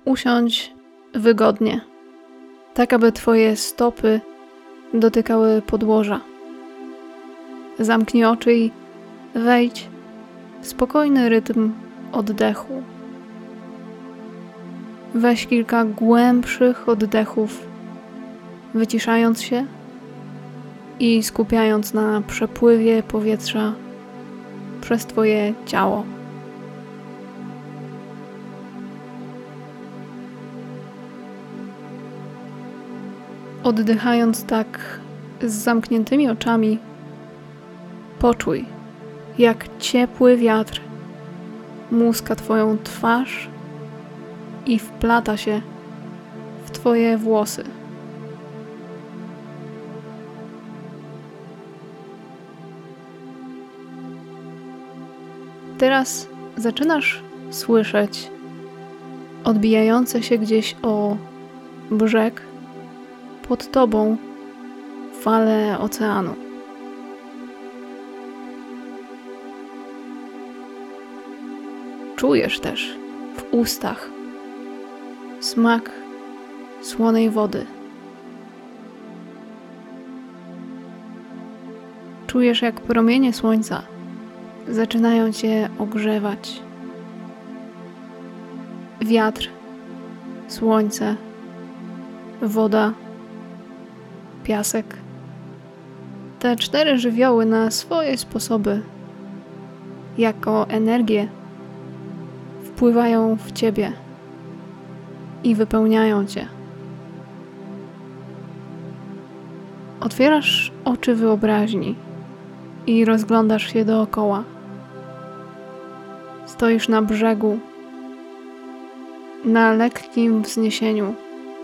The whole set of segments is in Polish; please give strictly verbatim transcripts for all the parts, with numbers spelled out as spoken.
usiądź wygodnie, tak aby twoje stopy dotykały podłoża. Zamknij oczy i wejdź w spokojny rytm oddechu. Weź kilka głębszych oddechów, wyciszając się i skupiając na przepływie powietrza przez twoje ciało. Oddychając tak z zamkniętymi oczami, poczuj, jak ciepły wiatr muska twoją twarz i wplata się w twoje włosy. Teraz zaczynasz słyszeć odbijające się gdzieś o brzeg pod tobą fale oceanu. Czujesz też w ustach smak słonej wody. Czujesz, jak promienie słońca zaczynają cię ogrzewać. Wiatr, słońce, woda, piasek. Te cztery żywioły na swoje sposoby, jako energię, wpływają w ciebie i wypełniają cię. Otwierasz oczy wyobraźni i rozglądasz się dookoła. Stoisz na brzegu, na lekkim wzniesieniu,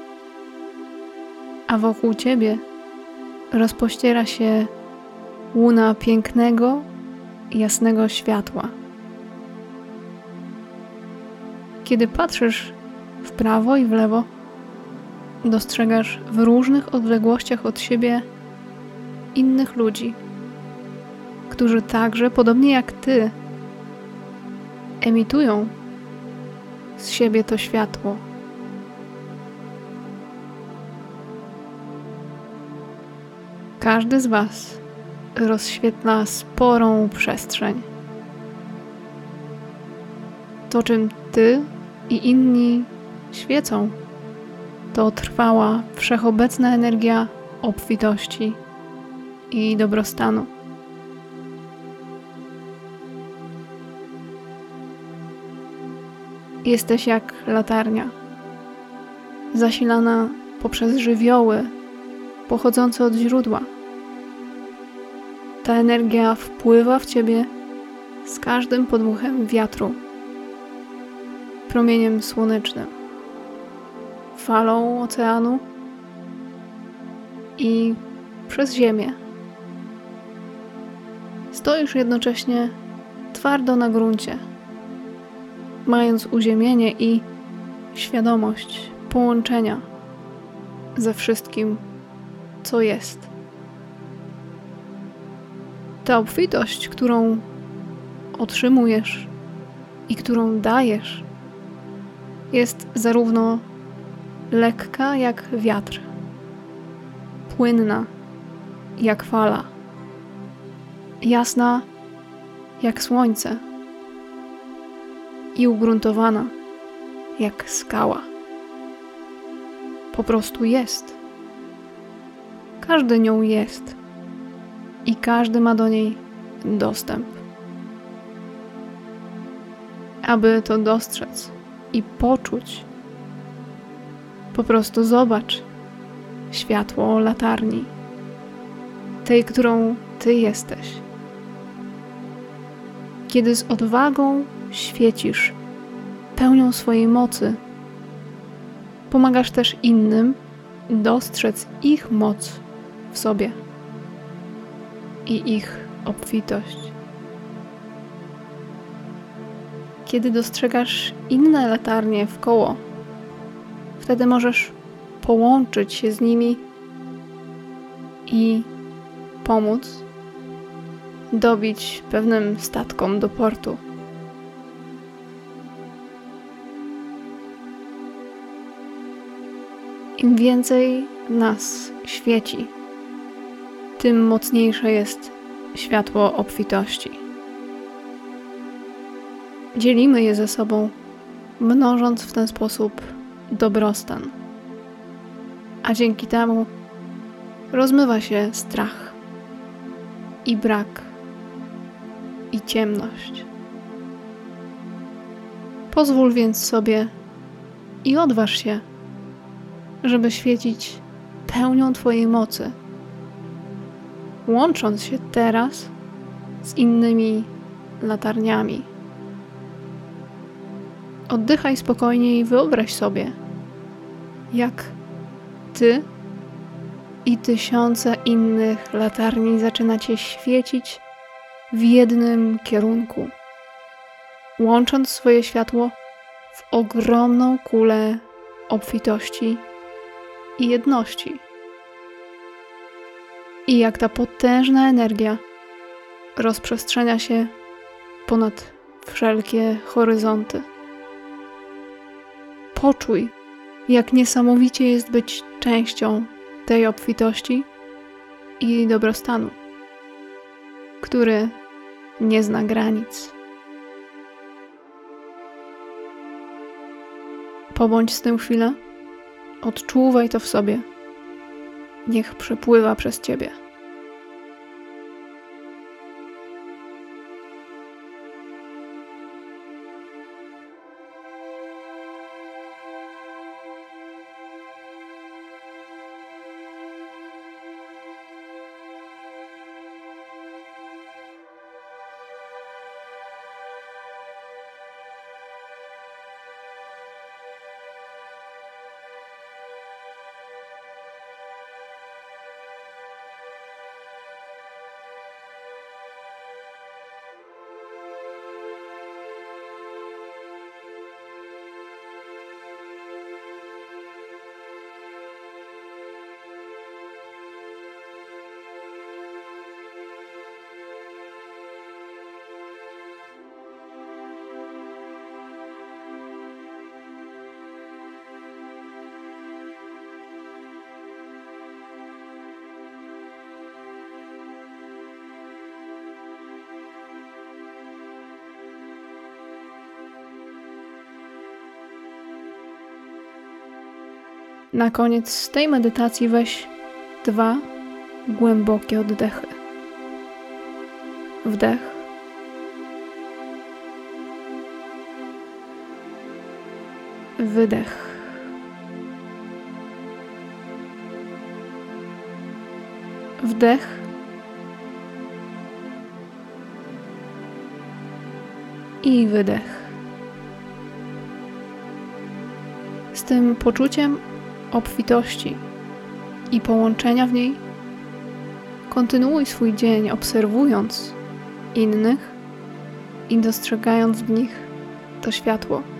a wokół ciebie rozpościera się łuna pięknego, jasnego światła. Kiedy patrzysz w prawo i w lewo, dostrzegasz w różnych odległościach od siebie innych ludzi, którzy także, podobnie jak ty, emitują z siebie to światło. Każdy z was rozświetla sporą przestrzeń. To, czym ty i inni świecą, to trwała, wszechobecna energia obfitości i dobrostanu. Jesteś jak latarnia, zasilana poprzez żywioły pochodzące od źródła. Ta energia wpływa w ciebie z każdym podmuchem wiatru, promieniem słonecznym, falą oceanu i przez ziemię. Stoisz jednocześnie twardo na gruncie, mając uziemienie i świadomość połączenia ze wszystkim, co jest. Ta obfitość, którą otrzymujesz i którą dajesz, jest zarówno lekka jak wiatr, płynna jak fala, jasna jak słońce i ugruntowana jak skała. Po prostu jest. Każdy nią jest i każdy ma do niej dostęp. Aby to dostrzec i poczuć, po prostu zobacz światło latarni, tej, którą ty jesteś. Kiedy z odwagą świecisz pełnią swojej mocy, pomagasz też innym dostrzec ich moc w sobie i ich obfitość. Kiedy dostrzegasz inne latarnie wkoło, wtedy możesz połączyć się z nimi i pomóc dobić pewnym statkom do portu. Im więcej nas świeci, tym mocniejsze jest światło obfitości. Dzielimy je ze sobą, mnożąc w ten sposób dobrostan, a dzięki temu rozmywa się strach i brak i ciemność. Pozwól więc sobie i odważ się, żeby świecić pełnią Twojej mocy, łącząc się teraz z innymi latarniami. Oddychaj spokojnie i wyobraź sobie, jak Ty i tysiące innych latarni zaczynacie świecić w jednym kierunku, łącząc swoje światło w ogromną kulę obfitości i jedności. I jak ta potężna energia rozprzestrzenia się ponad wszelkie horyzonty. Poczuj, jak niesamowicie jest być częścią tej obfitości i dobrostanu, który nie zna granic. Pobądź z tym chwilę, odczuwaj to w sobie. Niech przepływa przez Ciebie. Na koniec tej medytacji weź dwa głębokie oddechy. Wdech. Wydech. Wdech. I wydech. Z tym poczuciem obfitości i połączenia w niej kontynuuj swój dzień, obserwując innych i dostrzegając w nich to światło.